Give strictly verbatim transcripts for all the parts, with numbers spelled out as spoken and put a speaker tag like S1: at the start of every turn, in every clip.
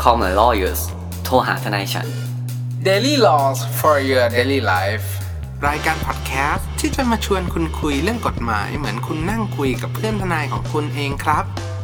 S1: Call my lawyers โทรหาทนายฉัน
S2: Daily Laws for your daily life รายการพอดแคสต์ที่จะมาชวนคุณคุยเรื่องกฎหมายเหมือนคุณนั่งคุยกับเพื่อนทนายของคุณเองครับ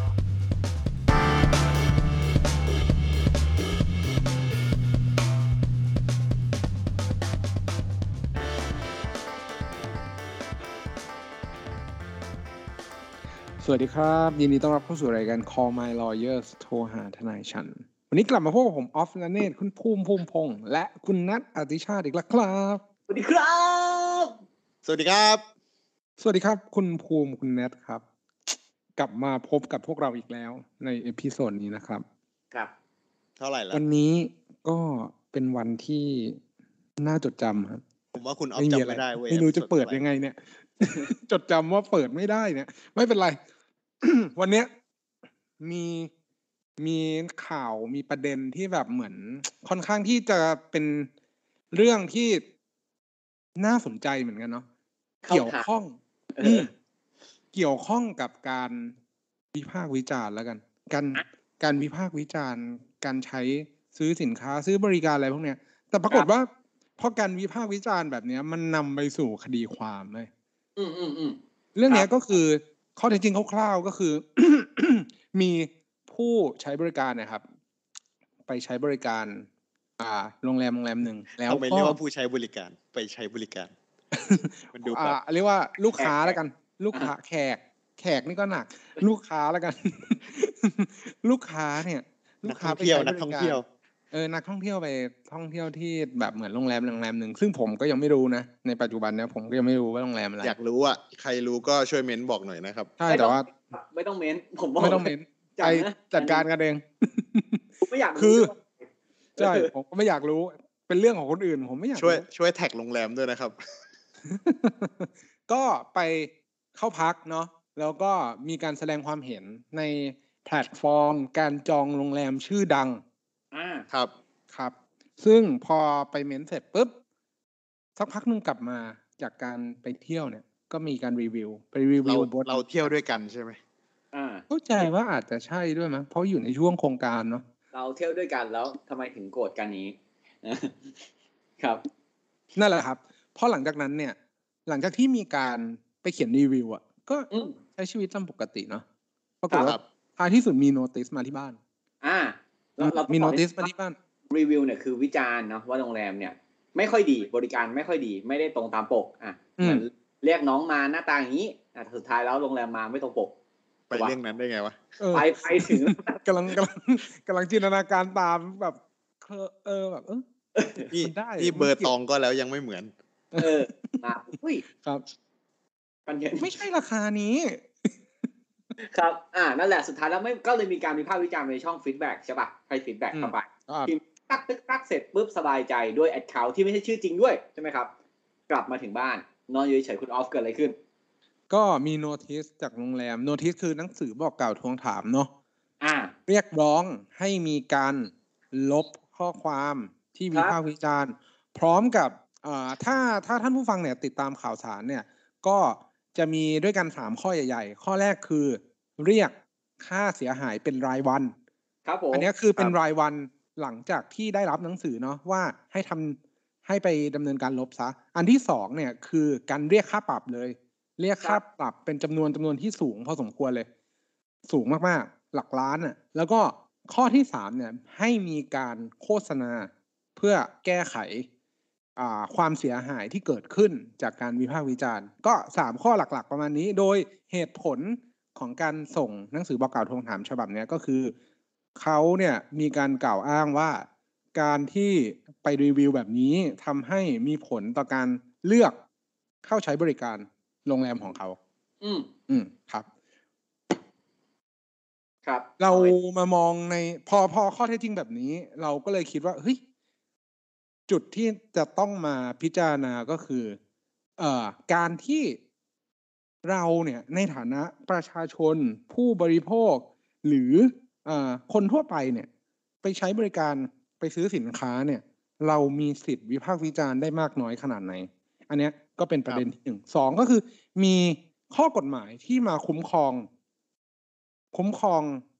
S3: สวัสดีครับยินดีต้อนรับเข้าสู่รายการ Call My Lawyers โทรหาทนายฉันวันนี้กลับมาพบกับผมออฟณเนศคุณภูมิภูมิพงษ์และคุณนัทอติชาติอีกแล้วครับ
S4: สวัสดีครับ
S5: สวัสดีครับ
S3: สวัสดีครับคุณภูมิคุณนัทครับกลับมาพบกับพวกเราอีกแล้วในเอพิโซดนี้นะครับ
S4: ครับ
S5: เท่าไหร่แล้ว
S3: วันนี้ก็เป็นวันที่น่าจดจำครับ
S5: ผมว่าคุณออฟจำไม่ได้เว้ย
S3: ไม่รู้จะเปิดยังไงเนี่ยจดจำว่าเปิดไม่ได้เนี่ยไม่เป็นไร วันเนี้ยมีมีข่าวมีประเด็นที่แบบเหมือนค่อนข้างที่จะเป็นเรื่องที่น่าสนใจเหมือนกันเนาะเกี่ยวข้องเกี่ยวข้องกับการวิพากษ์วิจารณ์แล้วกันการการวิพากษ์วิจารณ์การใช้ซื้อสินค้าซื้อบริการอะไรพวกเนี้ยแต่ปรากฏว่าพอการวิพากษ์วิจารณ์แบบนี้มันนำไปสู่คดีความเลย
S4: อืมอืมอืม
S3: เรื่องนี้ก็คือข้อเท็จจริงคร่าวๆก็คือ มีผู้ใช้บริการนะครับไปใช้บริการอ่าโรงแรมโรงแรมหนึ่งแล้ว
S5: ก็ไม่เรียกว่าผู้ใช้บริการไปใช้บริการ
S3: มันดูแบบเรียกว่าลูกค้าแล้วกันลูกค้าแขกแขกนี่ก็หนักลูกค้าแล้วกัน ลูกค้าเนี่ย
S5: ลูกค้าไปใช้บริการนักท่องเที่ยว
S3: เออนักท่องเที่ยวไปท่องเที่ยวที่แบบเหมือนโรงแรมโรงแรมหนึ่งซึ่งผมก็ยังไม่รู้นะในปัจจุบันเนี่ยผมก็ยังไม่รู้ว่าโรงแรมอะไร
S5: อยากรู้อ่ะใครรู้ก็ช่วยเม้นบอกหน่อยนะครับ
S3: ใช่แต่ว่า
S4: ไม่ต้องเม้นผมบอก
S3: ไม่ต้องเม้นไปจัดการกันเอง
S4: ผมไม่อยาก
S3: คือใช่ผมก็ไม่อยากรู้เป็นเรื่องของคนอื่นผมไม่อยาก
S5: ช่วยช่วยแท็กโรงแรมด้วยนะครับ
S3: ก็ไปเข้าพักเนาะแล้วก็มีการแสดงความเห็นในแพลตฟอร์มการจองโรงแรมชื่อดัง
S4: อ่า
S5: ครับ
S3: ครับซึ่งพอไปเม้นเสร็จปุ๊บสักพักนึงกลับมาจากการไปเที่ยวเนี่ยก็มีการรีวิวไปรีวิวบท
S5: เราเที่ยวด้วยกันใช่ไหม
S3: อ่าเข้าใจว่าอาจจะใช่ด้วยมั้ยเพราะอยู่ในช่วงโครงการเนาะ
S4: เราเที่ยวด้วยกันแล้วทำไมถึงโกรธกันนี้ครับ
S3: นั่นแหละครับพอหลังจากนั้นเนี่ยหลังจากที่มีการไปเขียนรีวิวอ่ะก็ใช้ชีวิตตามปกติเนาะปรากฏว่าท้ายที่สุดมีโนติสมาที่บ้าน
S4: อ่า
S3: เรามีโนติสมาที่บ้าน
S4: รีวิวเนี่ยคือวิจารณ์เนาะว่าโรงแรมเนี่ยไม่ค่อยดีบริการไม่ค่อยดีไม่ได้ตรงตามปกอ่ะเหมือนเรียกน้องมาหน้าตาอย่างนี้อ่ะสุดท้ายแล้วโรงแรมมาไม่ตรงปก
S5: ไปเรื่องนั้นได้ไงวะ
S4: ไปไปถึง
S3: กำลังกำลังกำลังจินตนาการตามแบบเออแบบเออ
S5: นี่นี่เบอร์ตองก็แล้วยังไม่เหมือน
S4: เออมาอุ้ย
S3: ครับ
S4: กันเห็น
S3: ไม่ใช่ราคานี้
S4: ครับอ่านั่นแหละสุดท้ายแล้วไม่ก็เลยมีการวิพากษ์วิจารณ์ในช่องฟีดแบ็กใช่ป่ะให้ฟีดแบ็กเข้าไปพิมพ์ตักตึกตักเสร็จปุ๊บสบายใจด้วยแอคเคาท์ที่ไม่ใช่ชื่อจริงด้วยใช่ไหมครับกลับมาถึงบ้านนอนอยู่เฉยๆคุณออฟเกิดอะไรขึ้น
S3: ก็มีโนติสจากโรงแรมโนติสคือหนังสือบอกกล่าวทวงถามเนาะ
S4: อ่า
S3: เรียกร้องให้มีการลบข้อความที่วิพากษ์วิจารณ์พร้อมกับอ่าถ้าถ้าท่านผู้ฟังเนี่ยติดตามข่าวสารเนี่ยก็จะมีด้วยกันสามข้อใหญ่ๆข้อแรกคือเรียกค่าเสียหายเป็นรายวัน
S4: ครับผม
S3: อันนี้คือเป็นรายวันหลังจากที่ได้รับหนังสือเนาะว่าให้ทำให้ไปดำเนินการลบซะอันที่สองเนี่ยคือการเรียกค่าปรับเลยเรียกค่าปรับเป็นจำนวนจำนวนที่สูงพอสมควรเลยสูงมากๆหลักล้านอ่ะแล้วก็ข้อที่สามเนี่ยให้มีการโฆษณาเพื่อแก้ไขอ่าความเสียหายที่เกิดขึ้นจากการวิพากษ์วิจารณ์ก็สามข้อหลักๆประมาณนี้โดยเหตุผลของการส่งหนังสือบอกกล่าวทวงถามฉบับนี้ก็คือเขาเนี่ยมีการกล่าวอ้างว่าการที่ไปรีวิวแบบนี้ทำให้มีผลต่อการเลือกเข้าใช้บริการโรงแรมของเขา
S4: อืม
S3: อืมครับ
S4: ครับ
S3: เรามามองในพอพอข้อเท็จจริงแบบนี้เราก็เลยคิดว่าเฮ้ยจุดที่จะต้องมาพิจารณาก็คือเอ่อการที่เราเนี่ยในฐานะประชาชนผู้บริโภคหรือเอ่อคนทั่วไปเนี่ยไปใช้บริการไปซื้อสินค้าเนี่ยเรามีสิทธิ์วิพากษ์วิจารณ์ได้มากน้อยขนาดไหนอันเนี้ยก็เป็นประเด็นที่หนึ่งสองก็คือมีข้อกฎหมายที่มาคุ้มครองคุ้มครอง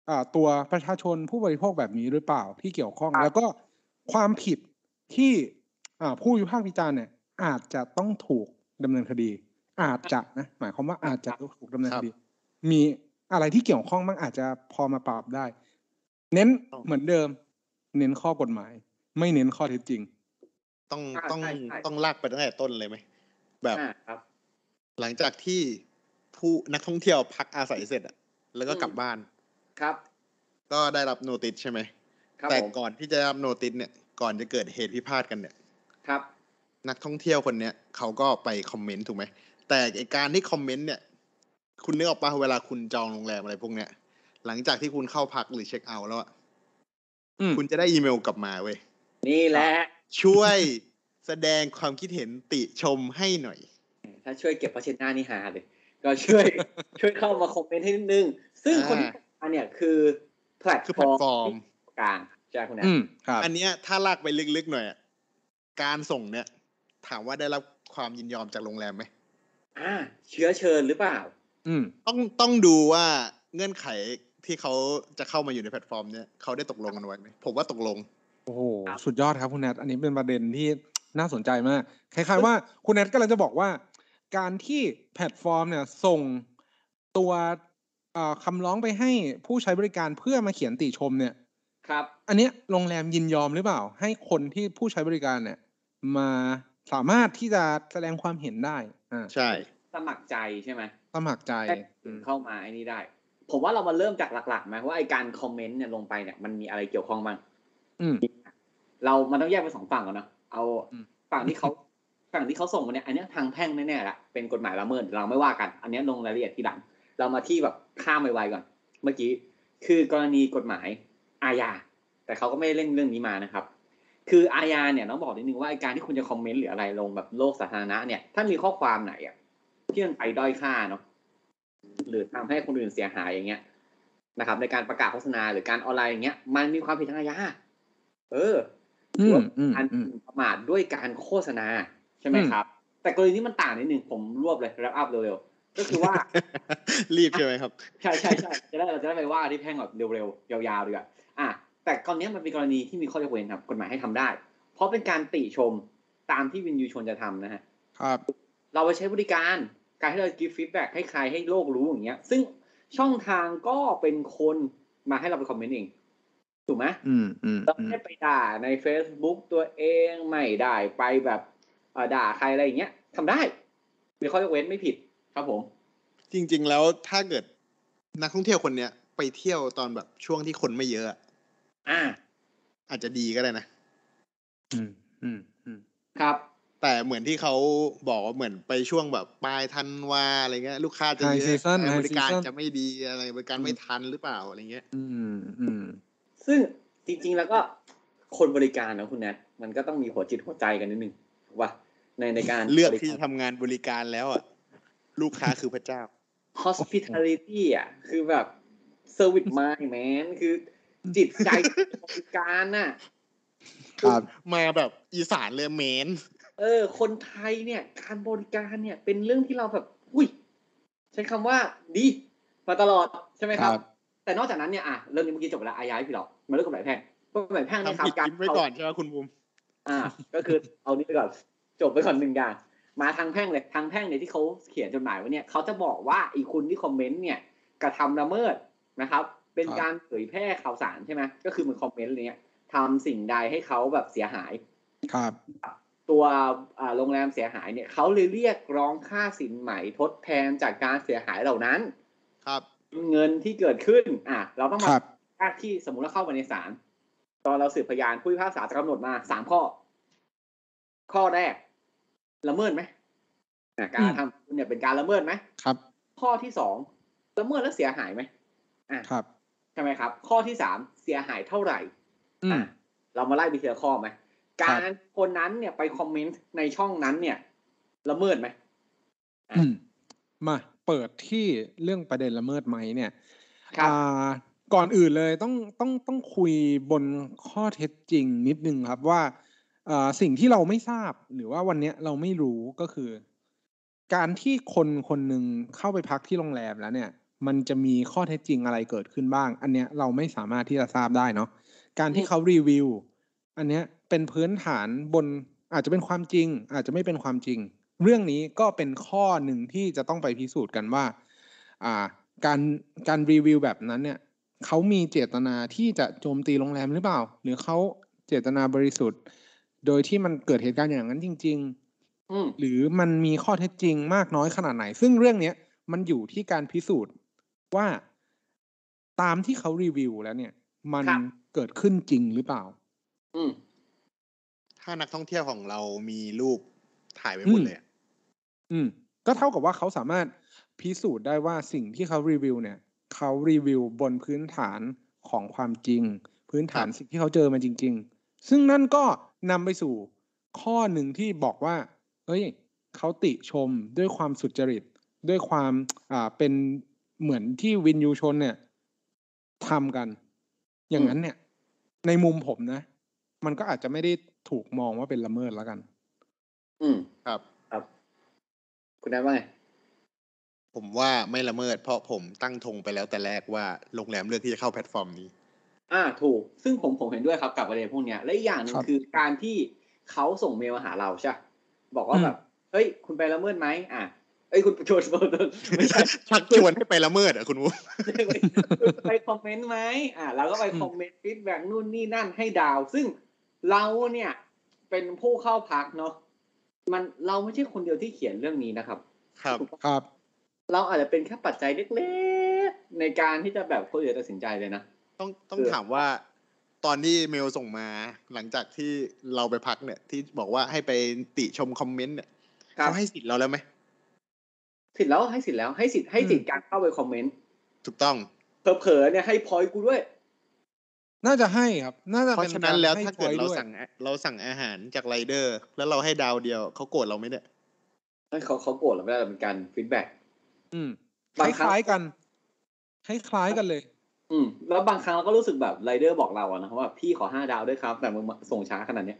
S3: อ่าตัวประชาชนผู้บริโภคแบบนี้หรือเปล่าที่เกี่ยวข้องแล้วก็ความผิดที่อ่าผู้วิพากษ์วิจารณ์เนี่ยอาจจะต้องถูกดำเนินคดีอาจจะนะหมายความว่าอาจจะถูกดำเนินคดีมีอะไรที่เกี่ยวข้องบ้างอาจจะพอมาปรับได้เน้นเหมือนเดิมเน้นข้อกฎหมายไม่เน้นข้อเท็จจริง
S5: ต้องต้องต้องลากไปตั้งแต่ต้นเลยไหมแบบหลังจากที่ผู้นักท่องเที่ยวพักอาศัยเสร็จอะแล้วก็กลับบ้าน
S4: ครับ
S5: ก็ได้รับโนติสใช่ไหมแต่ก่อนที่จะรับโนติสเนี่ยก่อนจะเกิดเหตุพิพาทกันเนี่ย
S4: ครับ
S5: นักท่องเที่ยวคนเนี้ยเขาก็ไปคอมเมนต์ถูกไหมแต่ไอ้การที่คอมเมนต์เนี่ยคุณนึกออกป่ะเวลาคุณจองโรงแรมอะไรพวกเนี้ยหลังจากที่คุณเข้าพักหรือเช็คเอาท์แล้วอ่ะคุณจะได้อีเมลกลับมาเว้ย
S4: นี่แหละ
S5: ช่วยแสดงความคิดเห็นติชมให้หน่อย
S4: ถ้าช่วยเก็บภาชนะนี่หาเลยก็ช่วยช่วยเข้ามาคอมเมนต์ให้นิดนึงซึ่งคนที่มาเนี่ยคือแพลตฟอร์มกลางใช่คุณนะ
S5: อันเนี้ยถ้าลากไปลึกๆหน่อยการส่งเนี่ยถามว่าได้รับความยินยอมจากโรงแรมไหม
S4: อ่าเชื้อเชิญหรือเปล่า
S5: อืมต้องต้องดูว่าเงื่อนไขที่เขาจะเข้ามาอยู่ในแพลตฟอร์มเนี้ยเขาได้ตกลงกันไว้ไหมผมว่าตกลง
S3: โอ้โหสุดยอดครับคุณแนทอันนี้เป็นประเด็นที่น่าสนใจมากคล้ายๆว่าคุณแนทกำลังจะบอกว่าการที่แพลตฟอร์มเนี่ยส่งตัวคำร้องไปให้ผู้ใช้บริการเพื่อมาเขียนติชมเนี่ย
S4: ครับ
S3: อันนี้โรงแรมยินยอมหรือเปล่าให้คนที่ผู้ใช้บริการเนี่ยมาสามารถที่จะแสดงความเห็นได้
S5: อ่าใช่
S4: สมัครใจใช่ไหม
S3: สมัครใจ
S4: เข้ามาไอ้นี่ได้ผมว่าเรามาเริ่มจากหลักๆไหมว่าไอ้การคอมเมนต์เนี่ยลงไปเนี่ยมันมีอะไรเกี่ยวข้องบ้างเรามันต้องแยกเป็นสองฝั่งก่อนนะเอาฝั่งที่เขาฝั่งที่เขาส่งมาเนี่ยอันนี้ทางแพ่งแน่ๆละเป็นกฎหมายละเมิดเราไม่ว่ากันอันนี้ลงรายละเอียดทีหลังเรามาที่แบบข้ามไวๆก่อนเมื่อกี้คือกรณีกฎหมายอาญาแต่เขาก็ไม่เล่นเรื่องนี้มานะครับคืออาญาเนี่ยต้องบอกนิดนึงว่าไอ้การที่คุณจะคอมเมนต์หรืออะไรลงแบบโลกสาธารณะเนี่ยถ้ามีข้อความไหนอ่ะที่มันไปด้อยค่าเนาะหรือทำให้คนอื่นเสียหายอย่างเงี้ยนะครับในการประกาศโฆษณาหรือการออนไลน์อย่างเงี้ยมันมีความผิดทางอาญาเออการประมาทด้วยการโฆษณาใช่ไหมครับแต่กรณีนี้มันต่างนิดนึงผมรวบเลยแรปอัพเร็วๆก็คือว่า
S5: รีบใช่ไหมครับ
S4: ใช่ใช่ใช่จะได้เราจะได้ไปว่าที่แพ่งแบบเร็วๆยาวๆดีกว่าอ่ะแต่กรณีมันเป็นกรณีที่มีข้อยกเว้นครับกฎหมายให้ทำได้เพราะเป็นการติชมตามที่วินยูชนจะทำนะฮะ
S3: ครับ
S4: เราไปใช้บริการการให้เรา give feedback ให้ใครให้โลกรู้อย่างเงี้ยซึ่งช่องทางก็เป็นคนมาให้เราไปคอมเมนต์เองถูกไหม
S3: อืมอืม
S4: เราไม่ได้ไปด่าใน Facebook ตัวเองไม่ได้ไปแบบด่าใครอะไรอย่างเงี้ยทำได้มีข้อยกเว้นไม่ผิดครับผม
S5: จริงๆแล้วถ้าเกิดนักท่องเที่ยวคนเนี้ยไปเที่ยวตอนแบบช่วงที่คนไม่เยอะ
S4: อ่า
S5: อาจจะดีก็ได้นะ
S3: อืมอืมอืม
S4: ครับ
S5: แต่เหมือนที่เขาบอกว่าเหมือนไปช่วงแบบปลายธันวาอะไรเงี้ยลูกค้าจะเยอะบริการจะไม่ดีอะไรบริการไม่ทันหรือเปล่าอะไรเงี้ย
S3: อืมอืม
S4: ซึ่งจริงๆแล้วก็คนบริการนะคุณแนทมันก็ต้องมีหัวจิตหัวใจกันนิดนึงถูกป่ะในในการ
S5: เลือกที่จะทำงานบริการแล้วอ่ะลูกค้าคือพระเจ้า
S4: hospitality อ่ะคือแบบ service mind man คือจิตใจบริการน่ะ
S3: ครับ
S5: มาแบบอีสานเลยเมน
S4: เออคนไทยเนี่ยการบริการเนี่ยเป็นเรื่องที่เราแบบอุ้ยใช้คำว่าดีมาตลอดใช่ไหมครับแต่นอกจากนั้นเนี่ยอ่ะเรื่องนี้เมื่อกี้จบไปแล้วอาญาพี่หรอกมาเรื่องกฎหมายแพ่งกฎหมายแพ่งนะครับ
S5: การไว้ก่อนใช่ไหมคุณบูม
S4: อ่าก็คือเอานี้ไปก่อนจบไปก่อนหนึ่งอย่างมาทางแพ่งเลยทางแพ่งเนี่ยที่เขาเขียนจดหมายไว้เนี่ยเขาจะบอกว่าอีคุณที่คอมเมนต์เนี่ยกระทำละเมิดนะครับเป็นการเผยแพร่ข่าวสารใช่ไหมก็คือเหมือนคอมเมนต์เนี้ยทำสิ่งใดให้เขาแบบเสียหาย
S3: ครับ
S4: ตัวโรงแรมเสียหายเนี่ยเขาเลยเรียกร้องค่าสินไหมทดแทนจากการเสียหายเหล่านั้น
S5: ครับ
S4: เงินที่เกิดขึ้นอ่ะเราต้องมาค่าที่สมมุติเราเข้ามาในศาลตอนเราสืบพยานผู้พิพากษาจะกำหนดมาสามข้อข้อแรกละเมิดไหมการทำคุณเนี่ยเป็นการละเมิดไหม
S3: ครับ
S4: ข้อที่สองละเมิดแล้วเสียหายไหมอ่า
S3: ครับ
S4: ใช่ไหมครับข้อที่สามเสียหายเท่าไหร่อ่าเรามาไล่ไปทีละข้อไหมการคนนั้นเนี่ยไปคอมเมนต์ในช่องนั้นเนี่ยละเมิดไหม
S3: อืมมาเปิดที่เรื่องประเด็นละเมิดไหมเนี่ยอ่าก่อนอื่นเลยต้องต้องต้องคุยบนข้อเท็จจริงนิดนึงครับว่าอ่าสิ่งที่เราไม่ทราบหรือว่าวันนี้เราไม่รู้ก็คือการที่คนคนหนึ่งเข้าไปพักที่โรงแรมแล้วเนี่ยมันจะมีข้อเท็จจริงอะไรเกิดขึ้นบ้างอันเนี้ยเราไม่สามารถที่จะทราบได้เนาะการที่เขารีวิวอันเนี้ยเป็นพื้นฐานบนอาจจะเป็นความจริงอาจจะไม่เป็นความจริงเรื่องนี้ก็เป็นข้อหนึ่งที่จะต้องไปพิสูจน์กันว่าอ่าการการรีวิวแบบนั้นเนี่ยเขามีเจตนาที่จะโจมตีโรงแรมหรือเปล่าหรือเขาเจตนาบริสุทธิ์โดยที่มันเกิดเหตุการณ์อย่างนั้นจริงๆหรือมันมีข้อเท็จจริงมากน้อยขนาดไหนซึ่งเรื่องนี้มันอยู่ที่การพิสูจน์ว่าตามที่เขารีวิวแล้วเนี่ยมันเกิดขึ้นจริงหรือเปล่า
S5: อืมถ้านักท่องเที่ยวของเรามีรูปถ่ายไว้หมดเลย
S3: อืมก็เท่ากับว่าเขาสามารถพิสูจน์ได้ว่าสิ่งที่เขารีวิวเนี่ยเขารีวิวบนพื้นฐานของความจริงพื้นฐานสิ่งที่เขาเจอมาจริงๆซึ่งนั่นก็นำไปสู่ข้อหนึ่งที่บอกว่าเอ้ยเขาติชมด้วยความสุจริตด้วยความอ่าเป็นเหมือนที่วินยูชนเนี่ยทำกันอย่างนั้นเนี่ยในมุมผมนะมันก็อาจจะไม่ได้ถูกมองว่าเป็นละเมิดแล้วกัน
S4: อืม
S5: ครับ
S4: ครับคุณได้ว่าไง
S5: ผมว่าไม่ละเมิดเพราะผมตั้งธงไปแล้วแต่แรกว่าโรงแรมเลือกที่จะเข้าแพลตฟอร์มนี้
S4: อ่าถูกซึ่งผมผมเห็นด้วยครับกับประเด็นพวกนี้และอีกอย่างนึงคือการที่เขาส่งเมลมาหาเราใช่บอกว่าแบบเฮ้ยคุณไปละเมิดไหมอ่ะเอ้ยคุณชวน
S5: ไม่ใช่ชักชวนให้ไปละเมิดอ่ะคุณวุ้
S4: ไปคอมเมนต์ไหมอ่ะเราก็ไปคอมเมนต์ฟีดแบ็กนู่นนี่นั่นให้ดาวซึ่งเราเนี่ยเป็นผู้เข้าพักเนาะมันเราไม่ใช่คนเดียวที่เขียนเรื่องนี้นะครับ
S5: ครับ
S3: ครับ
S4: เราอาจจะเป็นแค่ปัจจัยเล็กๆในการที่จะแบบคนอื่นตัดสินใจเลยนะ
S5: ต้องต้องถามว่าตอนที่เมลส่งมาหลังจากที่เราไปพักเนี่ยที่บอกว่าให้ไปติชมคอมเมนต์เนี่ยเขาให้สิทธิ์เราแล้วไหม
S4: สิทธิ์แล้วให้สิทธิ์แล้วให้สิทธิ์ให้สิทธิ์การเข้าไปคอมเมนต์
S5: ถูกต้อง
S4: เผลอๆเนี่ยให้พอยต์กูด้วย
S3: น่าจะให้ครับน่าจะ
S5: เพราะฉะนั้นแล้วถ้าเกิดเราสั่งเราสั่งอาหารจากไรเดอร์แล้วเราให้ดาวเดียวเขาโกรธเราไหมเนี่ย
S4: เขาเขาโกรธเราไม่ได้เป็นการฟีดแบ็ก
S3: อืมคล้ายๆกันคล้ายๆกันเลย
S4: อืมแล้วบางครั้งเราก็รู้สึกแบบไรเดอร์บอกเราอะนะว่าพี่ขอห้าดาวด้วยครับแต่มึงส่งช้าขนาดเนี้ย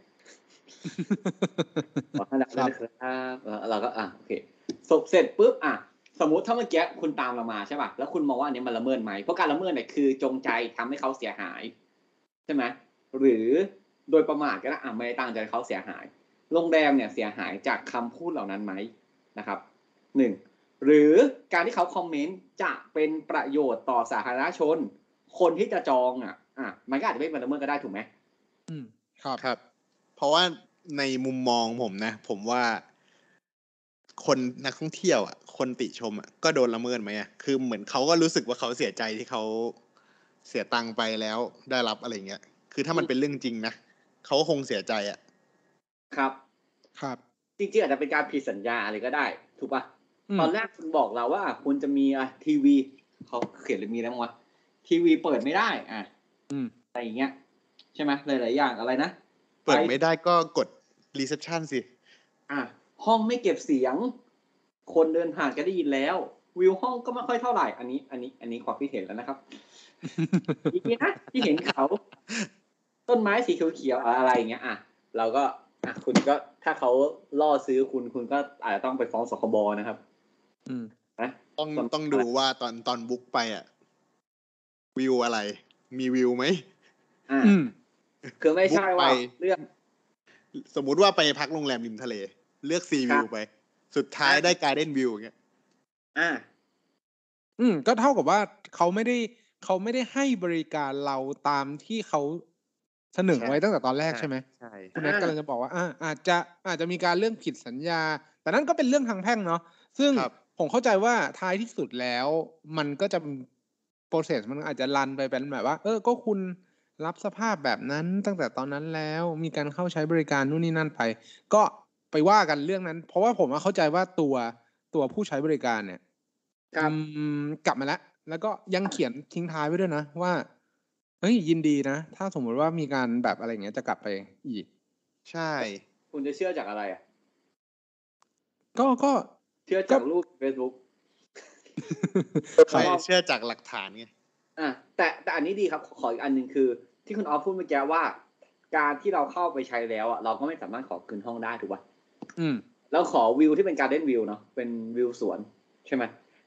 S4: ขอห้าดาวด้วยครับเราก็อ่ะโอเคจบเสร็จปุ๊บอ่ะสมมุติถ้าเมื่อกี้คุณตามเรามาใช่ป่ะแล้วคุณมองว่าอันนี้มันละเมิดไหมเพราะการละเมิดเนี่ยคือจงใจทำให้เขาเสียหายใช่ไหมหรือโดยประมาทก็ได้อ่ะไม่ได้ตั้งใจเขาเสียหายโรงแรมเนี่ยเสียหายจากคำพูดเหล่านั้นไหมนะครับหนึ่งหรือการที่เขาคอมเมนต์จะเป็นประโยชน์ต่อสาธารณชนคนที่จะจองอ่ะอ่ะมันก็อาจจะไม่เป็นละเมิดก็ได้ถูกไหม
S3: อืมครับ
S5: ครับเพราะว่าในมุมมองผมนะผมว่าคนนักท่องเที่ยวอ่ะคนติชมอ่ะก็โดนละเมิดไหมอ่ะคือเหมือนเขาก็รู้สึกว่าเขาเสียใจที่เขาเสียตังค์ไปแล้วได้รับอะไรเงี้ยคือถ้ามันเป็นเรื่องจริงนะเขาคงเสียใจอ่ะ
S4: ครับ
S3: ครับ
S4: จริงๆอาจจะเป็นการผิดสัญญาอะไรก็ได้ถูกป่ะตอนแรกคุณบอกเราว่าคุณจะมีอ่ะทีวีเขาเขียนหรือมีอะไรมั้งวะทีวีเปิดไม่ได้อ่ะอะไรอย่างเงี้ยใช่ไหมหลายๆอย่างอะไรนะ
S5: เปิดไม่ได้ก็กดรีเซพชันสิ
S4: อ่ะห้องไม่เก็บเสียงคนเดินผ่านก็ได้ยินแล้ววิวห้องก็ไม่ค่อยเท่าไหร่อันนี้อันนี้อันนี้ความคิดเห็นแล้วนะครับอีกนะที่เห็นเขาต้นไม้สีเขียวๆอะไรอย่างเงี้ยอ่ะเราก็อ่ะคุณก็ถ้าเขาล่อซื้อคุณคุณก็อาจจะต้องไปฟ้องสคบนะครับ
S3: อืม
S4: นะ
S5: ต้องต้องดูว่าตอนตอนบุ๊กไปอ่ะวิวอะไรมีวิวไหม
S4: อ่าคือไม่ใช่ว่าเรื่อง
S5: สมมุติว่าไปพักโรงแรมริมทะเลเลือกซีวิวไปสุดท้ายได้การ์เด้นวิวอย่างเงี้ย
S4: อ่า
S3: อืมก็เท่ากับว่าเขาไม่ได้เขาไม่ได้ให้บริการเราตามที่เขาเสนอไว้ตั้งแต่ตอนแรกใช่ไหม
S5: ใช่
S3: คุณแอดกำลังจะบอกว่าอ่าอาจจะอาจจะมีการเรื่องผิดสัญญาแต่นั่นก็เป็นเรื่องทางแพ่งเนาะซึ่งผมเข้าใจว่าท้ายที่สุดแล้วมันก็จะโปรเซสมันอาจจะรันไปเป็นแบบว่าเออก็คุณรับสภาพแบบนั้นตั้งแต่ตอนนั้นแล้วมีการเข้าใช้บริการนู่นนี่นั่นไปก็ไปว่ากันเรื่องนั้นเพราะว่าผมเข้าใจว่าตัวตัวผู้ใช้บริการเนี่ยกลับมาแล้วแล้วก็ยังเขียนทิ้งท้ายไว้ด้วยนะว่าเฮ้ยยินดีนะถ้าสมมติว่ามีการแบบอะไรอย่างเงี้ยจะกลับไปอีก
S5: ใช่
S4: คุณจะเชื่อจากอะไรอ่ะ
S3: ก็ก็
S4: เชื่อจากรูป Facebook
S5: ใครเชื่อจากหลักฐานไง
S4: อ่ะแต่แต่อันนี้ดีครับขออีกอันนึงคือที่คุณออฟพูดเมื่อกี้ว่าการที่เราเข้าไปใช้แล้วอ่ะเราก็ไม่สามารถขอคืนห้องได้ถูกป่ะ
S3: อืม
S4: แล้วขอวิวที่เป็นการ์เด้นวิวเนาะเป็นวิวสวนใช่ไหมแ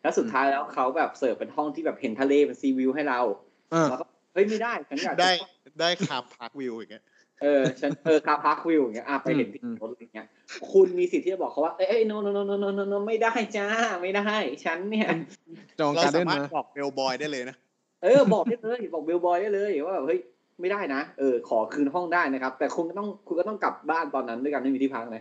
S4: แล้วสุดท้ายแล้วเขาแบบเสิร์ฟเป็นห้องที่แบบเห็นทะเลเป็นซีวิวให้เราแล้วก็เฮ้ยไม่ได้ฉันอยาก
S5: ได้ได้คาพาร์ควิวอย่างเงี้ย
S4: เออฉันเออคาพาร์ควิวอย่างเงี้ยอ่ะไปเห็นที่รถอย่างเงี้ยคุณมีสิทธิ์ที่จะบอกเขาว่าเอ้ย no no no no no no no ไม่ได้จ้าไม่ได้ฉันเนี่ย
S3: จองการ์เด้น
S5: นะบอกเบลบอยได้เลยนะ
S4: เออบอกได้เลยบอกเบลบอยได้เลยว่าเฮ้ยไม่ได้นะเออขอคืนห้องได้นะครับแต่คุณก็ต้องคุณก็ต้องกลับบ้านตอนนั้นด้วยกันไม่มีที่พักเลย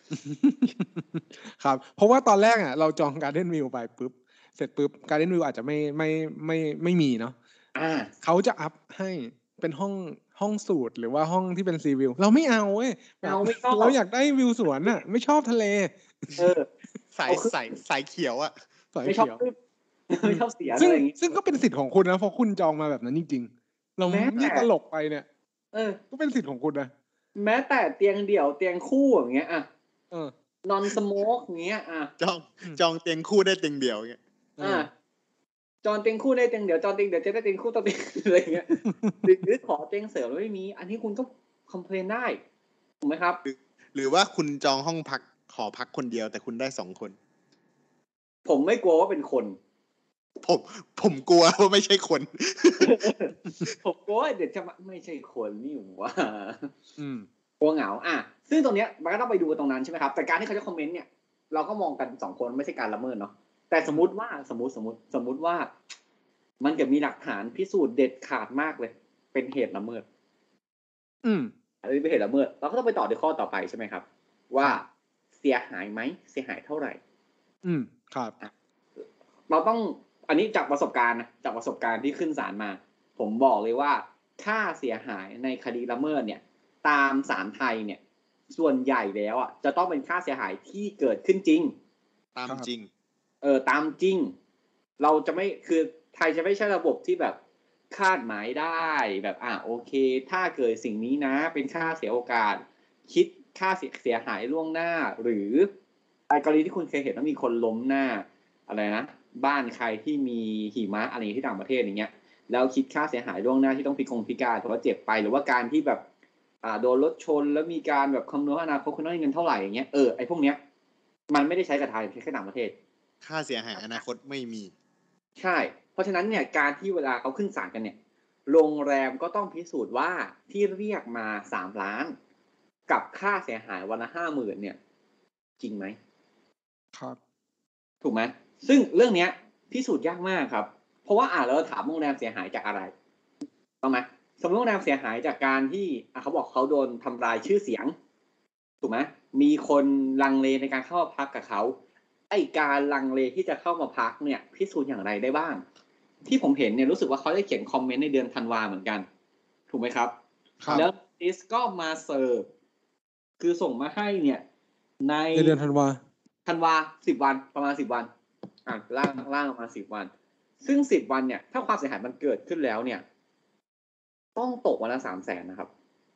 S3: ครับเพราะว่าตอนแรกอ่ะเราจองการ์เด้นวิวไปปุ๊บเสร็จปุ๊บการ์เด้นวิวอาจจะไม่ไม่ไม่ไม่มีเนาะ
S4: อ่า
S3: เขาจะอัพให้เป็นห้องห้องสูตรหรือว่าห้องที่เป็นซีวิวเราไม่เอาเว้ย
S4: เราไม่ชอบ
S3: เราอยากได้วิวสวนน่ะไม่ชอบทะเล
S4: เออ
S5: สายสายสายเขียวอ่ะ
S4: ไม่ชอบไม่ชอบเสีย
S3: อะไร
S4: อย่างงี้
S3: ซึ่งก็เป็นสิทธิ์ของคุณนะเพราะคุณจองมาแบบนั้นจริงๆเราไม่ตลกไปเนี่ย
S4: เออ
S3: ก็เป็นสิทธิ์ของคุณนะ
S4: แม้แต่เตียงเดี่ยวเตียงคู่อย่างเงี้ยอ่ะ
S3: เออน
S4: อนสโมกอย่างเงี้ยอ่ะ
S5: จองจองเตียงคู่ได้เตียงเดี่ยวอย่างเงี้ย
S4: อ่าจองเตียงคู่ได้เตียงเดี่ยวจองเตียงเดี่ยวจะได้เตียงคู่ต่อเตียงอะไรอย่างเงี้ยหรือขอเตียงเสริมแล้วไม่มีอันนี้คุณก็คอมเพลนได้ถูกไหมครับ
S5: หรือว่าคุณจองห้องพักขอพักคนเดียวแต่คุณได้สองคน
S4: ผมไม่กลัวว่าเป็นคน
S5: ผมผมกลัวว่าไม่ใช่คน
S4: ผมกลัวเดี๋ยวจะไม่ใช่คนนี่หว่า
S3: อืม
S4: กลัวเหงาอ่ะซึ่งตรงเนี้ยมันก็ต้องไปดูตรงนั้นใช่ไหมครับแต่การที่เขาจะคอมเมนต์เนี่ยเราก็มองกันสองคนไม่ใช่การละเมิดเนาะแต่สมมติว่าสมมติสมมติสมมติว่ามันจะมีหลักฐานพิสูจน์เด็ดขาดมากเลยเป็นเหตุละเมิด
S3: อืม
S4: อันนี้เป็นเหตุละเมิดเราก็ต้องไปต่อในข้อต่อไปใช่ไหมครับว่าเสียหายไหมเสียหายเท่าไหร่
S3: อืมครับ
S4: เราต้องอันนี้จากประสบการณ์นะจากประสบการณ์ที่ขึ้นศาลมาผมบอกเลยว่าค่าเสียหายในคดีละเมิดเนี่ยตามศาลไทยเนี่ยส่วนใหญ่แล้วอ่ะจะต้องเป็นค่าเสียหายที่เกิดขึ้นจริง
S5: ตามจริง
S4: เออตามจริงเราจะไม่คือไทยจะไม่ใช่ระบบที่แบบคาดหมายได้แบบอ่ะโอเคถ้าเกิดสิ่งนี้นะเป็นค่าเสียโอกาสคิดค่าเสียหายล่วงหน้าหรือไอ้กรณีที่คุณเคยเห็นว่ามีคนล้มหน้าอะไรนะบ้านใครที่มีหิมะอะไรที่ต่างประเทศอย่างเงี้ยแล้วคิดค่าเสียหายล่วงหน้าที่ต้องพิกงพิการเพราะว่าเจ็บไปหรือว่าการที่แบบอ่าโดนรถชนแล้วมีการแบบคำนวณอนาคตคุณต้องเงินเท่าไหร่อย่างเงี้ยเออไอ้พวกเนี้ยมันไม่ได้ใช้กับไทยใช้แค่ต่างประเทศ
S5: ค่าเสียหายอนาคตไม่มี
S4: ใช่เพราะฉะนั้นเนี่ยการที่เวลาเขาขึ้นศาลกันเนี่ยโรงแรมก็ต้องพิสูจน์ว่าที่เรียกมาสามล้านกับค่าเสียหายวันละห้าหมื่นเนี่ยจริงไหม
S3: ครับ
S4: ถูกไหมซึ่งเรื่องเนี้ยพิสูจน์ยากมากครับเพราะว่าอ่าเราถามโรงแรมเสียหายจากอะไรต้องไหมสมมติโรงแรมเสียหายจากการที่อ่ะเขาบอกเขาโดนทำลายชื่อเสียงถูกไหมมีคนลังเลในการเข้ามาพักกับเขาไอ้การลังเลที่จะเข้ามาพักเนี่ยพิสูจน์อย่างไรได้บ้างที่ผมเห็นเนี่ยรู้สึกว่าเขาได้เขียนคอมเมนต์ในเดือนธันวาเหมือนกันถูกไหมครับแล้วดิสก็มาเสิร์ฟคือส่งมาให้เนี่ยใน
S3: เดือนธันวา
S4: ธันวาสิบวันประมาณสิบวันอ่ะล่างล่างประมาณสิบวันซึ่งสิบวันเนี่ยถ้าความเสียหายมันเกิดขึ้นแล้วเนี่ยต้องตกวันละสามแสนนะครับ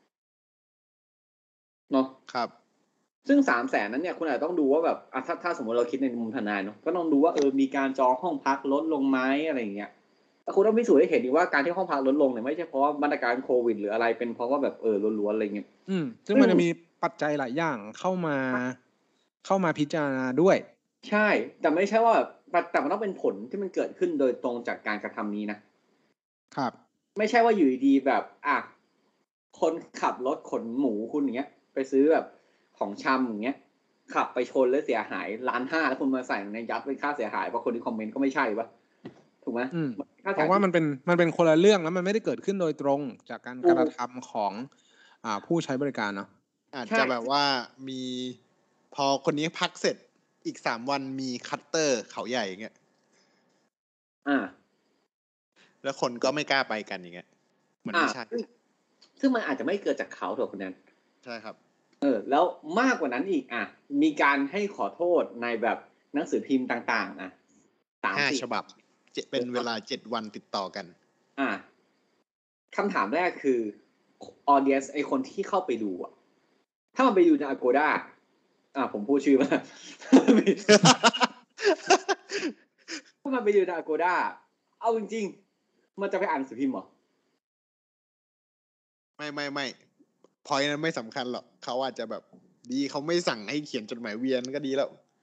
S4: เนาะ
S5: ครับ
S4: ซึ่งสามแสนนั้นเนี่ยคุณอาจจะต้องดูว่าแบบอ่ะถ้าถ้าสมมติเราคิดในมุมทนายเนาะก็ต้องดูว่าเออมีการจองห้องพักลดลงไหมอะไรอย่างเงี้ยแต่คุณต้องพิสูจน์ให้เห็นดีว่าการที่ห้องพักลดลงเนี่ยไม่ใช่เพราะว่ามาตรการโควิดหรืออะไรเป็นเพราะว่าแบบเออล้วนๆอะไรเงี้ย
S3: อืมซึ่งมันจะมีปัจจัยหลายอย่างเข้ามาเข้ามาพิจารณาด้วย
S4: ใช่แต่ไม่ใช่ว่าแบบแต่มันต้องเป็นผลที่มันเกิดขึ้นโดยตรงจากการกระทำนี้นะครับไม่ใช่ว่าอยู่ดีแบบอ่ะคนขับรถขนหมูคุณอย่างเงี้ยไปซื้อแบบของชำอย่างเงี้ยขับไปชนแล้วเสียหายล้านห้าแล้วคุณมาใส่ในยัดเป็นค่าเสียหายเพราะคนที่คอมเมนต์ก็ไม่ใช่ปะถูกไหม
S3: เพราะว่ามันเป็นมันเป็นคนละเรื่องแล้วมันไม่ได้เกิดขึ้นโดยตรงจากการกระทำของอ่าผู้ใช้บริการเนาะ
S5: อาจจะแบบว่ามีพอคนนี้พักเสร็จอีกสามวันมีคัตเตอร์เขาใหญ่อย่างเงี้ย
S4: อ่า
S5: แล้วคนก็ไม่กล้าไปกันอย่างเงี้ยมันไม่ใช่
S4: ซึ่งมันอาจจะไม่เกิดจากเขาถูกคนนั้น
S5: ใช่ครับ
S4: เออแล้วมากกว่านั้นอีกอ่ะมีการให้ขอโทษในแบบหนังสือพิมพ์ต่างๆอ่ะ
S5: สามห้าฉบับเป็นเวลาเจ็ดวันติดต่อกัน
S4: อ่าคำถามแรกคือออเดียนส์ไอคนที่เข้าไปดูอ่ะถ้ามันไปดูใน Agoda อ่าผมพูดชื่อมาถ้ามันไปดูใน Agoda เอาจริงๆมันจะไปอ่านหนังสือพิมพ์หรอ
S5: ไม่ไม่ไม่พอยนั้นไม่สำคัญหรอกเขาอาจจะแบบดีเขาไม่สั่งให้เขียนจดหมายเวียนก็ดีแล้ว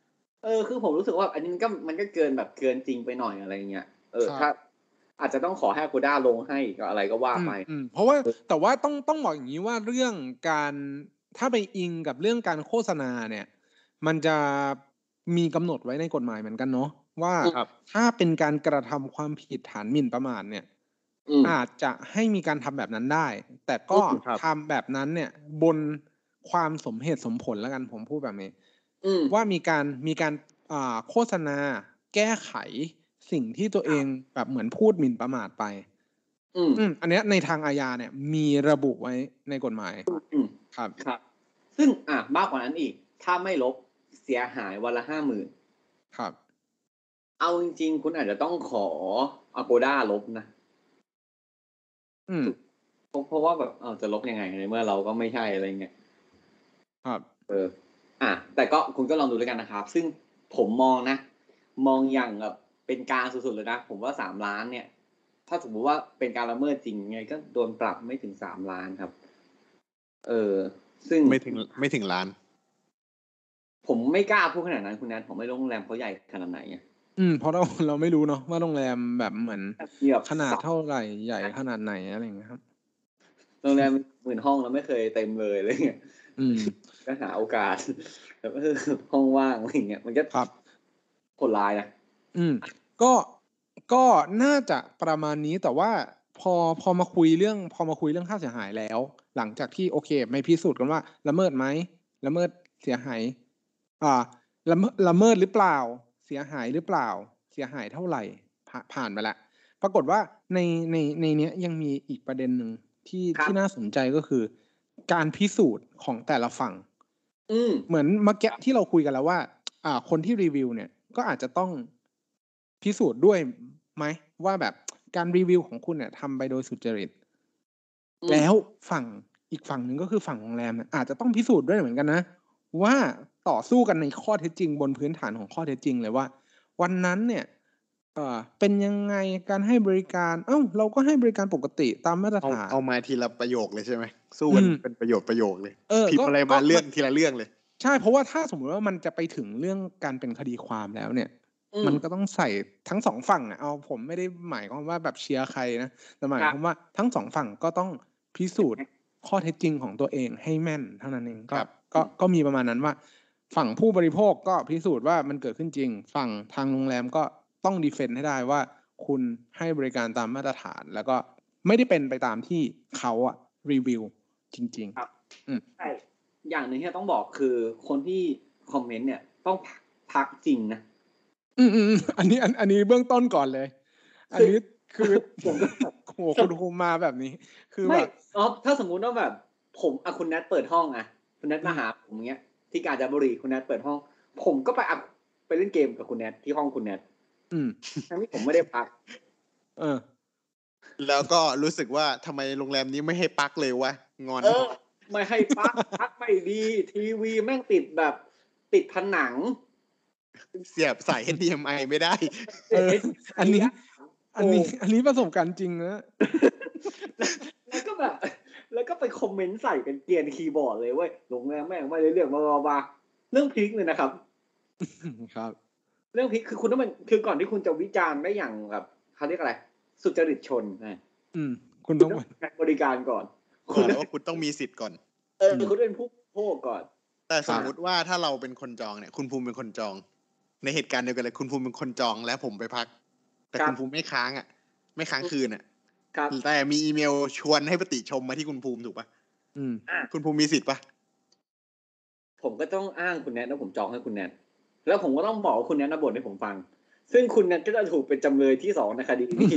S4: เออคือผมรู้สึกว่าอันนี้มันก็มันก็เกินแบบเกินจริงไปหน่อยอะไรเงี้ยเออถ้าอาจจะต้องขอให้ Agoda ลงให้ก็อะไรก็ว่าไป
S3: เพราะว่าแต่ว่าต้องต้องบอกอย่างนี้ว่าเรื่องการถ้าไปอิงกับเรื่องการโฆษณาเนี่ยมันจะมีกำหนดไว้ในกฎหมายเหมือนกันเนาะว่าถ้าเป็นการกระทำความผิดฐานหมิ่นประมาทเนี่ยอาจจะให้มีการทำแบบนั้นได้แต่ก็ทำแบบนั้นเนี่ยบนความสมเหตุสมผลแล้วกันผมพูดแบบนี้ว่ามีการมีการโฆษณาแก้ไขสิ่งที่ตัวเองแบบเหมือนพูดหมิ่นประมาทไปอืมอันเนี้ยในทางอาญาเนี่ยมีระบุไว้ในกฎหมายครับ
S4: ครับซึ่งอ่ะมากกว่านั้นอีกถ้าไม่ลบเสียหายวันละห้าหมื่น
S3: ครับ
S4: เอาจริงๆคุณอาจจะต้องขอ Agoda ลบนะ
S3: อืม
S4: เพราะว่าแบบเอาจะลบยังไงในเมื่อเราก็ไม่ใช่อะไรเงี้ย
S3: ครับ
S4: เอออ่ะแต่ก็คุณก็ลองดูด้วยกันนะครับซึ่งผมมองนะมองอย่างแบบเป็นกลางสุดๆเลยนะผมว่าสามล้านเนี่ยถ้าสมมุติว่าเป็นการละเมิดจริงไงก็โดนปรับไม่ถึงสามล้านครับเออซึ่ง
S5: ไม่ถึงไม่ถึงล้าน
S4: ผมไม่กล้าพูดขนาดนั้นคุณแนทผมไม่รู้โรงแรมเขาใหญ่ขนาดไหนอ่ะ
S3: อืมเพราะเราเราไม่รู้เนาะว่าโรงแรมแบบเหมือนขนาดเท่าไหร่ใหญ่ขนาดไหนอะไรอย่างเงี้ยครับ
S4: โรงแรมหมื่นห้องเราไม่เคยเต็มเลยอะไรเงี้ย
S3: อืม
S4: ก็หาโอกาสแบบเออห้องว่างอะไรเงี้ยมันก็
S3: ครับ
S4: โหดร้ายนะ
S3: อืมก็ก็น่าจะประมาณนี้แต่ว่าพอพอมาคุยเรื่องพอมาคุยเรื่องค่าเสียหายแล้วหลังจากที่โอเคไม่พิสูจน์กันว่าละเมิดไหมละเมิดเสียหายอ่าละเมิดละเมิดหรือเปล่าเสียหายหรือเปล่าเสียหายเท่าไหร่ผ่านไปแล้วปรากฏว่าในในในเนี้ยยังมีอีกประเด็นหนึ่งที่ที่น่าสนใจก็คือการพิสูจน์ของแต่ละฝั่งเหมือนเมื่อกี้ที่เราคุยกันแล้วว่าอ่าคนที่รีวิวเนี่ยก็อาจจะต้องพิสูจน์ด้วยไหมว่าแบบการรีวิวของคุณเนี่ยทำไปโดยสุจริตแล้วฝั่งอีกฝั่งหนึ่งก็คือฝั่งโรงแรมเนี่ยอาจจะต้องพิสูจน์ด้วยเหมือนกันนะว่าต่อสู้กันในข้อเท็จจริงบนพื้นฐานของข้อเท็จจริงเลยว่าวันนั้นเนี่ยเอ่อเป็นยังไงการให้บริการเอ้าเราก็ให้บริการปกติตามมาตรฐาน
S5: เอามาทีละประโยคเลยใช่ไหมสู้กันเป็นประโยคประโยคเลยพิมพ์อะไรมาเรื่องทีละเรื่องเลย
S3: ใช่เพราะว่าถ้าสมมติว่ามันจะไปถึงเรื่องการเป็นคดีความแล้วเนี่ยมันก็ต้องใส่ทั้งสองฝั่งอ่ะเอาผมไม่ได้หมายความว่าแบบเชียร์ใครนะแต่หมายความว่าทั้งสองฝั่งก็ต้องพิสูจน์ข้อเท็จจริงของตัวเองให้แม่นเท่านั้นเองก็ก็ก็มีประมาณนั้นว่าฝั่งผู้บริโภคก็พิสูจน์ว่ามันเกิดขึ้นจริงฝั่งทางโรงแรมก็ต้องดีเฟนด์ให้ได้ว่าคุณให้บริการตามมาตรฐานแล้วก็ไม่ได้เป็นไปตามที่เขาอะรีวิวจริงๆ
S4: ครับใช่อย่างหนึ่งที่ต้องบอกคือคนที่คอมเมนต์เนี่ยต้องพักจริงนะ
S3: อืมอืมอันนี้อันอันนี้เบื้องต้นก่อนเลยอันนี้คือผมโหคุณครูมาแบบนี้คือแบบ
S4: อ๋อถ้าสมมุติว่าแบบผมอ่ะคุณแนทเปิดห้องอ่ะคุณแนทมาหาผมเงี้ยที่กาญจนบุรีคุณแนทเปิดห้องผมก็ไปอัพไปเล่นเกมกับคุณแนทที่ห้องคุณแนท
S3: อืม
S4: ทั้งที่ผมไม่ได้พัก
S3: เออ
S5: แล้วก็รู้สึกว่าทำไมโรงแรมนี้ไม่ให้ปักเลยวะงอน
S4: เออไม่ให้ปักพักไม่ดีทีวีแม่งติดแบบติดผนัง
S5: เสียบสาย เอช ดี เอ็ม ไอ ไม่ได้
S3: เอออันนี้อันนี้อันนี้ประสบการณ์จริงนะ
S4: แล้วก็แบบแล้วก็ไปคอมเมนต์ใส่เป็นเกรียนคีย์บอร์ดเลยเว้ยโรงแรมแม่งไม่ได้เรื่องมาว่าเรื่องพีคเลยนะครับ
S3: ครับ
S4: เรื่องพีคคือคุณต้องมันคือก่อนที่คุณจะวิจารณ์ได้อย่างแบบเขาเรียกอะไรสุจริตชนนะ
S3: อืมคุณต้อง
S4: บริการก่อน
S5: คุณว่าคุณต้องมีสิทธิ์ก่อน
S4: เออคุณเป็นผู้โภคก่อน
S5: แต่สมมุติว่าถ้าเราเป็นคนจองเนี่ยคุณภูมิเป็นคนจองในเหตุการณ์เดียวกันเลยคุณภูมิเป็นคนจองแล้วผมไปพักแต่คุณภูมิไม่ค้างอ่ะไม่ค้างคืนอ่ะแต่มีอีเมลชวนให้ปฏิชมมาที่คุณภูมิถูกป่ะ
S3: อืม
S5: คุณภูมิมีสิทธิ์ป่ะ
S4: ผมก็ต้องอ้างคุณแนทแล้วผมจองให้คุณแนทแล้วผมก็ต้องบอกว่าคุณแนทน่ะบ่นให้ผมฟังซึ่งคุณแนทก็จะถูกเป็นจำเลยที่สองในคดีนี้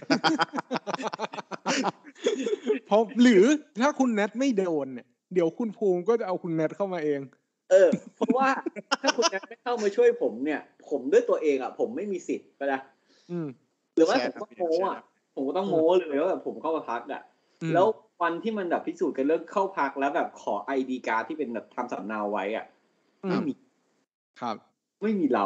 S3: เพราะหรือถ้าคุณแนทไม่โดนเนี่ยเดี๋ยวคุณภูมิก็จะเอาคุณแนทเข้ามาเอง
S4: เออเพราะว่าถ้าคุณแนทไม่เข้ามาช่วยผมเนี่ยผมด้วยตัวเองอ่ะผมไม่มีสิทธิ์ก็ได้หรือว่าผมก็โม้อ่ะผมก็ต้องโม้เลยว่าแบบผมเข้ามาพักอ่ะแล้ววันที่มันแบบพิสูจน์กันเรื่องเข้าพักแล้วแบบขอ ไอ ดี การ์ดที่เป็นแบบทำสำเนาไว้อ่ะไม่มี
S3: ครับ
S4: ไม่มีเรา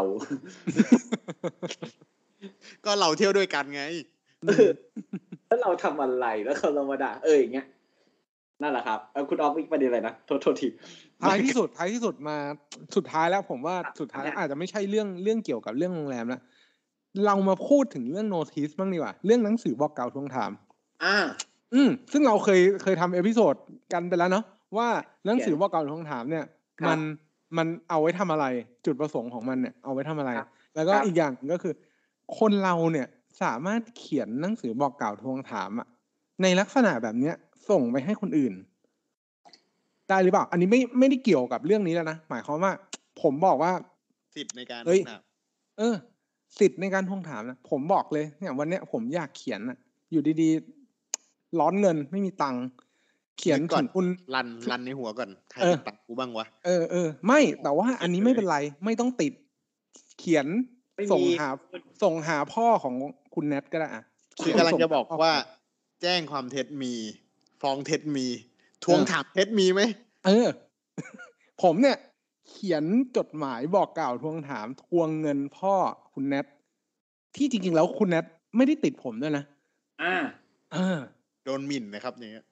S5: ก็เราเที่ยวด้วยกันไง
S4: แล้วเราทำอะไรแล้วเขาเรามาด่าเอออย่างเงี้ยนั่นแหละครับเออคุณออฟมีประเด็นอะไรนะโทษโทษที
S3: ท้ายที่สุดท้ายที่สุดมาสุดท้ายแล้วผมว่าสุดท้ายอาจจะไม่ใช่เรื่องเรื่องเกี่ยวกับเรื่องโรงแรมแล้วเรามาพูดถึงเรื่องโนติสบ้างดีกว่าเรื่องหนังสือบอกกล่าวทวงถาม
S4: อ่า
S3: อืมซึ่งเราเคยเคยทำเอพิโซดกันไปแล้วเนาะว่าหนังสือบอกกล่าวทวงถามเนี่ยมันมันเอาไว้ทำอะไรจุดประสงค์ของมันเนี่ยเอาไว้ทำอะไรแล้วก็อีกอย่างก็คือคนเราเนี่ยสามารถเขียนหนังสือบอกกล่าวทวงถามอะในลักษณะแบบเนี้ยส่งไปให้คนอื่นได้หรือเปล่าอันนี้ไม่ไม่ได้เกี่ยวกับเรื่องนี้แล้วนะหมายความว่าผมบอกว่า
S5: สิทธิ์ในการ
S3: ทวงถามเออสิทธิ์ในการทวงถามนะผมบอกเลยเนี่ยวันเนี้ยผมอยากเขียนอะอยู่ดีๆร้อนเงินไม่มีตังค์เขียนถึงคุณ
S5: รันรันในหัวก่อนใครติดตังกูบ้างวะ
S3: เออเออไม่แต่ว่าอันนี้ไม่เป็นไรไม่ต้องติดเขียนส่งหาส่งหาพ่อของคุณแนทก็ได้อ่ะ
S5: คือกำลังจะบอกว่าแจ้งความเท็จมีฟ้องเท็จมีทวงถามเท็จมีไหม
S3: เออผมเนี่ยเขียนจดหมายบอกกล่าวทวงถามทวงเงินพ่อคุณแนทที่จริงๆแล้วคุณแนทไม่ได้ติดผมด้วยนะ
S4: อ่า
S3: เออ
S5: โดนหมิ่นนะครับอย่างเงี้ย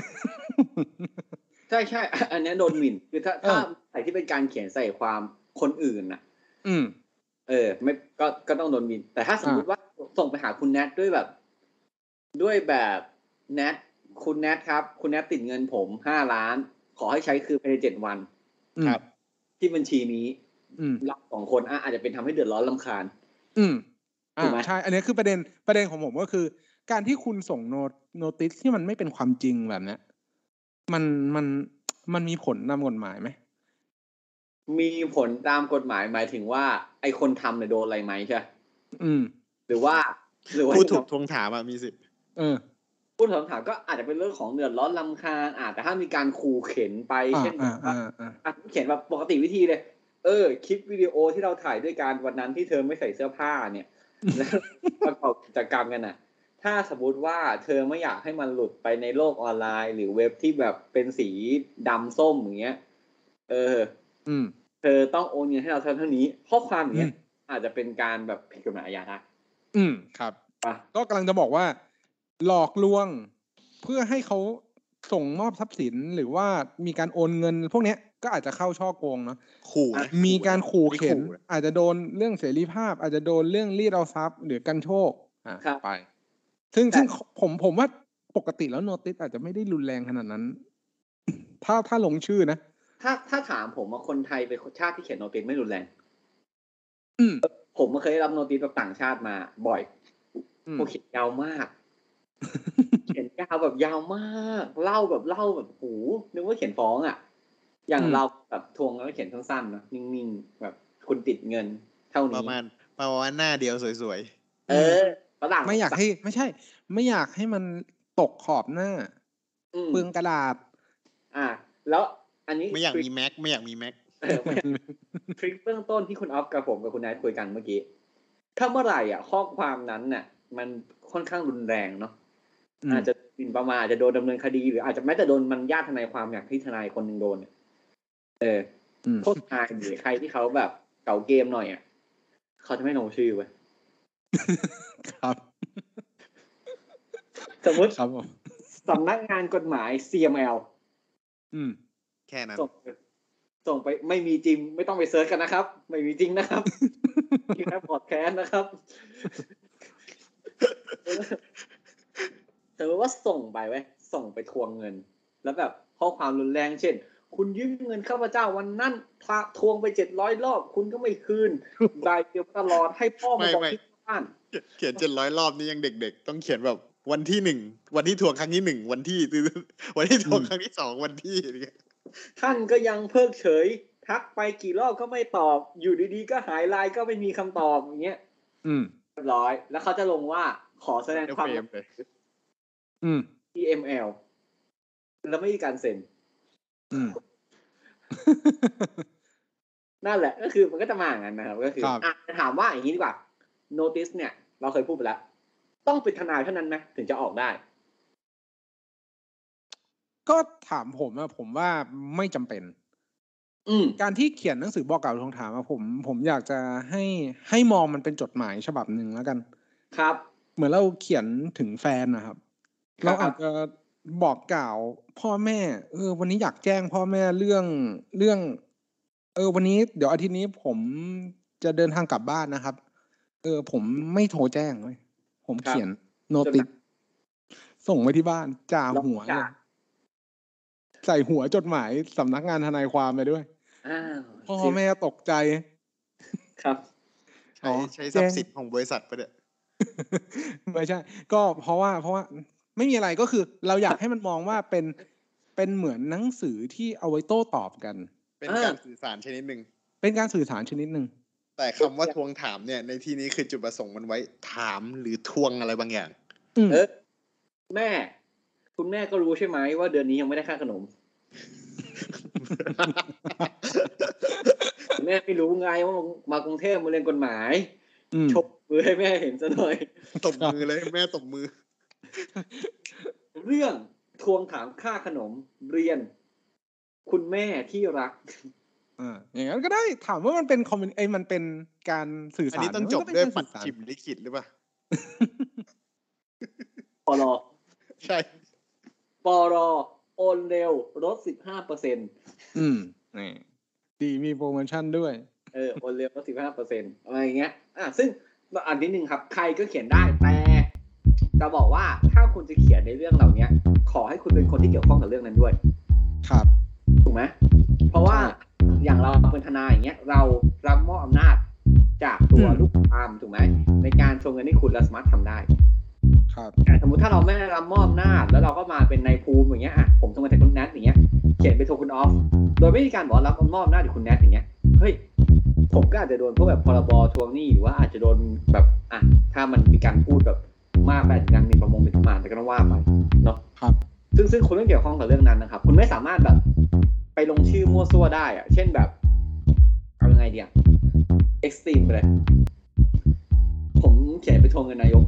S4: ใช่ใช่อันนี้โดนหมิ่นคือถ้าถ้าใส่ที่เป็นการเขียนใส่ความคนอื่นน่ะ
S3: อืม
S4: เออไม่ก็ก็ต้องโดนหมิ่นแต่ถ้าสมมติว่าส่งไปหาคุณแนทด้วยแบบด้วยแบบแนทคุณแนทครับคุณแนทติดเงินผมห้าล้านขอให้ใช้คืนภายในเจ็ดวัน
S3: ครับ
S4: ที่บัญชีนี้
S3: อืม
S4: เราสองคนอาจจะเป็นทำให้เดือดร้อนรำคาญ
S3: อืมอ่าใช่อันนี้คือประเด็นประเด็นของผมก็คือการที่คุณส่งโนโนติสที่มันไม่เป็นความจริงแบบนี้มันมันมันมีผลตามกฎหมายไหม
S4: มีผลตามกฎหมายหมายถึงว่าไอ้คนทำเนี่ยโดนอะไรไหมใช่
S3: อืม
S4: หรือว่าหรือว่า
S5: ผู้ถูกทวงถามมีสิทธิ์
S3: เออ
S4: ผู้ถูกทวงถามก็อาจจะเป็นเรื่องของเดือดร้อนรำคาญอาจแต่ถ้ามีการขู่เข็นไปเช่นว่าเขียนแบบปกติวิธีเลยเออคลิปวิดีโอที่เราถ่ายด้วยกันวันนั้นที่เธอไม่ใส่เสื้อผ้าเนี่ยแล้วประกอบกิจกรรมกันน่ะถ้าสมมติว่าเธอไม่อยากให้มันหลุดไปในโลกออนไลน์หรือเว็บที่แบบเป็นสีดำส้มอย่างเงี้ยเออ
S3: อืม
S4: เธอต้องโอนเงินให้เราเท่าเท่านี้ข้อความอย่างเงี้ยอาจจะเป็นการแบบผิดกฎหมายอาญาได้
S3: อืมครับก็กำลังจะบอกว่าหลอกลวงเพื่อให้เขาส่งมอบทรัพย์สินหรือว่ามีการโอนเงินพวกเนี้ยก็อาจจะเข้าช่อโกงเนาะ
S5: ขู่
S3: มีการขู่เข็นอาจจะโดนเรื่องเสรีภาพอาจจะโดนเรื่องรีดเอาทรัพย์หรือกันโชคอ่าไปซึ่งซึ่งผมผมว่าปกติแล้วโนติสอาจจะไม่ได้รุนแรงขนาดนั้น ถ้าถ้าลงชื่อนะ
S4: ถ้าถ้าถามผมว่าคนไทยเป็นชาติที่เขียนโนติสไม่รุนแรง
S3: อืม
S4: ผมเคยรับโนติสแบบต่างชาติมาบ่อยโอเคยาวมากเขียนยาวแบบยาวมากเล่าแบบเล่าแบบโหนึกว่าเขียนฟ้องอ่ะอย่างเราแบบทวงแล้วเขียนสั้นๆนะนิ่งๆแบบคุณติดเงินเท่านี้
S5: ประมาณประมาณหน้าเดียวสวย
S4: ๆเออฝรั่ง
S3: ไม่อยากให้ไม่ใช่ไม่อยากให้มันตกขอบหน้าเปลืองกระดาษ
S4: อ่าแล้วอันนี้
S5: ไม่อยากมีแม็กไม่อยากมีแม็ก
S4: ทริคเบื้องต้นที่คุณออฟกับผมกับคุณนายคุยกันเมื่อกี้ถ้าเมื่อไหร่อ่ะข้อความนั้นน่ะมันค่อนข้างรุนแรงเนาะอาจจะหมิ่นประมาทอาจจะโดนดำเนินคดีหรืออาจจะแม้แต่โดนมันญาติทนายความอย่างที่ทนายคนนึงโดนเนี่ยเออพวกทนายหรือใครที่เขาแบบเก่าเกมหน่อยอ่ะเขาจะไม่ลงชื่อไว้
S3: ครับ
S4: สมมติสำนักงานกฎหมาย ซี เอ็ม แอล
S3: อืม
S5: แค่นั้น
S4: ส่งส่งไปไม่มีจริงไม่ต้องไปเซิร์ชกันนะครับไม่มีจริงนะครับที่แค่พอดแคสต์นะครับแต่ว่าส่งไปไว้ส่งไปทวงเงินแล้วแบบข้อความรุนแรงเช่นคุณยืมเงินข้าพเจ้าวันนั้นทวงไปเจ็ดร้อยรอบคุณก็ไม่คืนรายเดียวตลอดให้พ่อมาบอกที่บ้าน
S5: เขียนเจ็ดร้อยรอบนี่ยังเด็กๆต้องเขียนแบบวันที่หนึ่งวันที่ทวงครั้งที่หนึ่งวันที่วันที่ทวงครั้งที่สองวันที่
S4: ท่านก็ยังเพิกเฉยทักไปกี่รอบก็ไม่ตอบอยู่ดีๆก็หายไลน์ก็ไม่มีคำตอบอย่างเงี้ย
S3: อืม
S4: เรียบร้อยแล้วเขาจะลงว่าขอแสดงความ
S3: อืม
S4: ซี เอ็ม แอล แล้วไม่มีการเซ็น
S3: อืม
S4: นั่นแหละก็คือมันก็จะมาอย่างนั้นนะครับก็คืออ่ะจะถามว่าอย่างนี้ดีกว่า notice เนี่ยเราเคยพูดไปแล้วต้องเป็นทนายเท่านั้นไหมถึงจะออกได้
S3: ก็ถามผมอะผมว่าไม่จำเป็นการที่เขียนหนังสือบอกกล่าวทวงถามอะผมผมอยากจะให้ให้มองมันเป็นจดหมายฉบับหนึ่งแล้วกัน
S4: ครับ
S3: เหมือนเราเขียนถึงแฟนนะครับเราอาจจะบอกกล่าวพ่อแม่เออวันนี้อยากแจ้งพ่อแม่เรื่องเรื่อง เออวันนี้เดี๋ยวอาทิตย์นี้ผมจะเดินทางกลับบ้านนะครับเออผมไม่โทรแจ้งเลยผมเขียนโนติสส่งไปที่บ้านจ่าหัวเลยใส่หัวจดหมายสำนักงานทนายความไปด้วยพ่อแม่ตกใจ
S4: ครับ
S5: ใช้ใช้ทรัพย์สินของบริษัทไปเนี่ย
S3: ไม่ใช่ก็เพราะว่าเพราะว่าไม่มีอะไรก็คือเราอยากให้มันมองว่าเป็นเป็นเหมือนหนังสือที่เอาไว้โต้ตอบกัน
S5: เป็นการสื่อสารชนิดหนึ่ง
S3: เป็นการสื่อสารชนิดหนึ่ง
S5: แต่คำว่าทวงถามเนี่ยในที่นี้คือจุดประสงค์มันไว้ถามหรือทวงอะไรบางอย่าง
S4: เออแม่คุณแม่ก็รู้ใช่ไหมว่าเดือนนี้ยังไม่ได้ค่าขนมแม่ไม่รู้ไงว่ามากรุงเทพมาเรียนกฎหมายชกมือให้แม่เห็นซะหน่อย
S5: ตบมือเลยแม่ตบมือ
S4: เรื่องทวงถามค่าขนมเรียนคุณแม่ที่รัก
S3: อ่าอย่างนั้นก็ได้ถามว่ามันเป็นคอมมิวนิไอ้มันเป็นการสื่อสารอัน
S5: นี้ต้องจบด้วยปัดฉิมลิขิตหรือเปล่า
S4: ปล
S5: ใช่
S4: ปลโอนเร็วลด สิบห้าเปอร์เซ็นต์
S3: อืมนี่ดีมีโปรโมชั่นด้วย
S4: เออโอนเร็วลด สิบห้าเปอร์เซ็นต์ อะไรอย่างเงี้ยอ่ะซึ่งอันที่หนึ่งครับใครก็เขียนได้แต่จะบอกว่าถ้าคุณจะเขียนในเรื่องเหล่านี้ขอให้คุณเป็นคนที่เกี่ยวข้องกับเรื่องนั้นด้วย
S3: ครับ
S4: ถูกไหมเพราะว่าอย่างเราเป็นทนายอย่างเงี้ยเรารับมอบอำนาจจากตัวลูกความถูกไหมในการทวงเงินให้คุณเราสามารถทำได้
S3: ครับ
S4: แต่สมมติถ้าเราไม่รับมอบอำนาจแล้วเราก็มาเป็นนายภูมิอย่างเงี้ยอ่ะผมทวงเงินจากคุณแนทอย่างเงี้ยเขียนไปทวงคุณออฟโดยไม่มีการบอกรับมอบอำนาจจากคุณแนทอย่างเงี้ยเฮ้ยผมก็อาจจะโดนพวกแบบพรบทวงหนี้หรือว่าอาจจะโดนแบบอ่ะถ้ามันมีการพูดแบบมากไปถึงการมีประมงเป็นประมาณแต่ก็ต้องว่าไปเนาะ
S3: ครับ
S4: ซึ่งซึ่งคุณไม่เกี่ยวข้องกับเรื่องนั้นนะครับคุณไม่สามารถแบบไปลงชื่อมั่วซั่วได้อะเช่นแบบเอายังไงดีอะเอ็กซ์ตรีมไปเลยผมเขียนไปทวงเงินนายก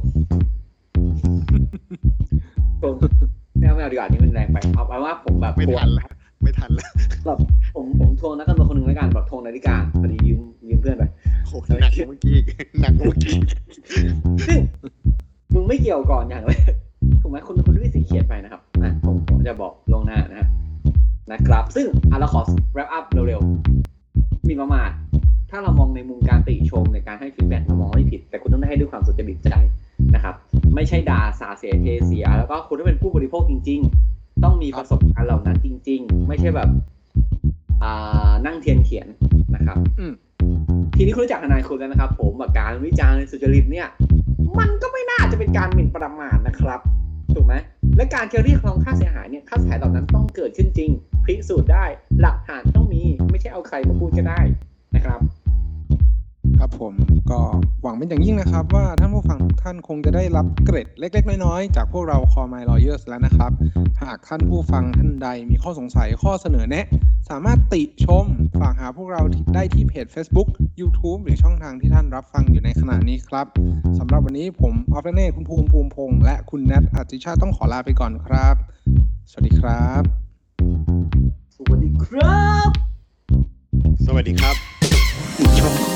S4: ทวงไม่เอาไม่เอาดีกว่านี่มันแรงไปเอาไปว่าผมแบบ
S5: ไม่ทันแล้วไม่ทันแล้ว
S4: แบบผมผมทวงนักการเมืองคนหนึ่งแล้วกันแบบทวงนาฬิกาพอดียืมยืมเพื่อนไป
S5: โอ้หนักเมื่อกี้หนักเมื่อกี้
S4: ซึ่งมึงไม่เกี่ยวก่อนอย่างเลยถูกไหมคุณคุณด้วยสิเขียนไปนะครับอ่ะผมผมจะบอกลงหน้านะนะครับซึ่งอ่ะเราขอ wrap up เร็วๆมีประมาทถ้าเรามองในมุมการติชมในการให้ฟีดแบ็กเรามองไม่ผิดแต่คุณต้องได้ให้ด้วยความสุจริตใจนะครับไม่ใช่ด่าสาเสียเทเสียแล้วก็คุณต้องเป็นผู้บริโภคจริงๆต้องมีประสบการณ์เหล่านั้นจริงๆไม่ใช่แบบอ่านั่งเทียนเขียนนะครับทีนี้คุณรู้จักทนายคุณแล้วนะครับผมการวิจารณ์ในสุจริตเนี่ยมันก็ไม่น่าจะเป็นการหมิ่นประมาทนะครับถูกไหมและการจะเรียกร้องค่าเสียหายเนี่ยค่าเสียหายเหล่านั้นต้องเกิดขึ้นจริงพิสูจน์ได้หลักฐานต้องมีไม่ใช่เอาใครมาพูดก็ได้นะครับ
S3: ครับผมก็หวังเป็นอย่างยิ่งนะครับว่าท่านผู้ฟังทุกท่านคงจะได้รับเกร็ดเล็กๆน้อยๆจากพวกเรา Call My Lawyers แล้วนะครับหากท่านผู้ฟังท่านใดมีข้อสงสัยข้อเสนอแนะสามารถติชมฝากหาพวกเราได้ที่เพจ Facebook YouTube หรือช่องทางที่ท่านรับฟังอยู่ในขณะนี้ครับสำหรับวันนี้ผมออฟเน่คุณภูมิภูมิพงษ์และคุณแนทอติชาต้องขอลาไปก่อนครับสวัสดีครับ
S4: สวัสดีครับ
S5: สวัสดีครับ
S3: ติชม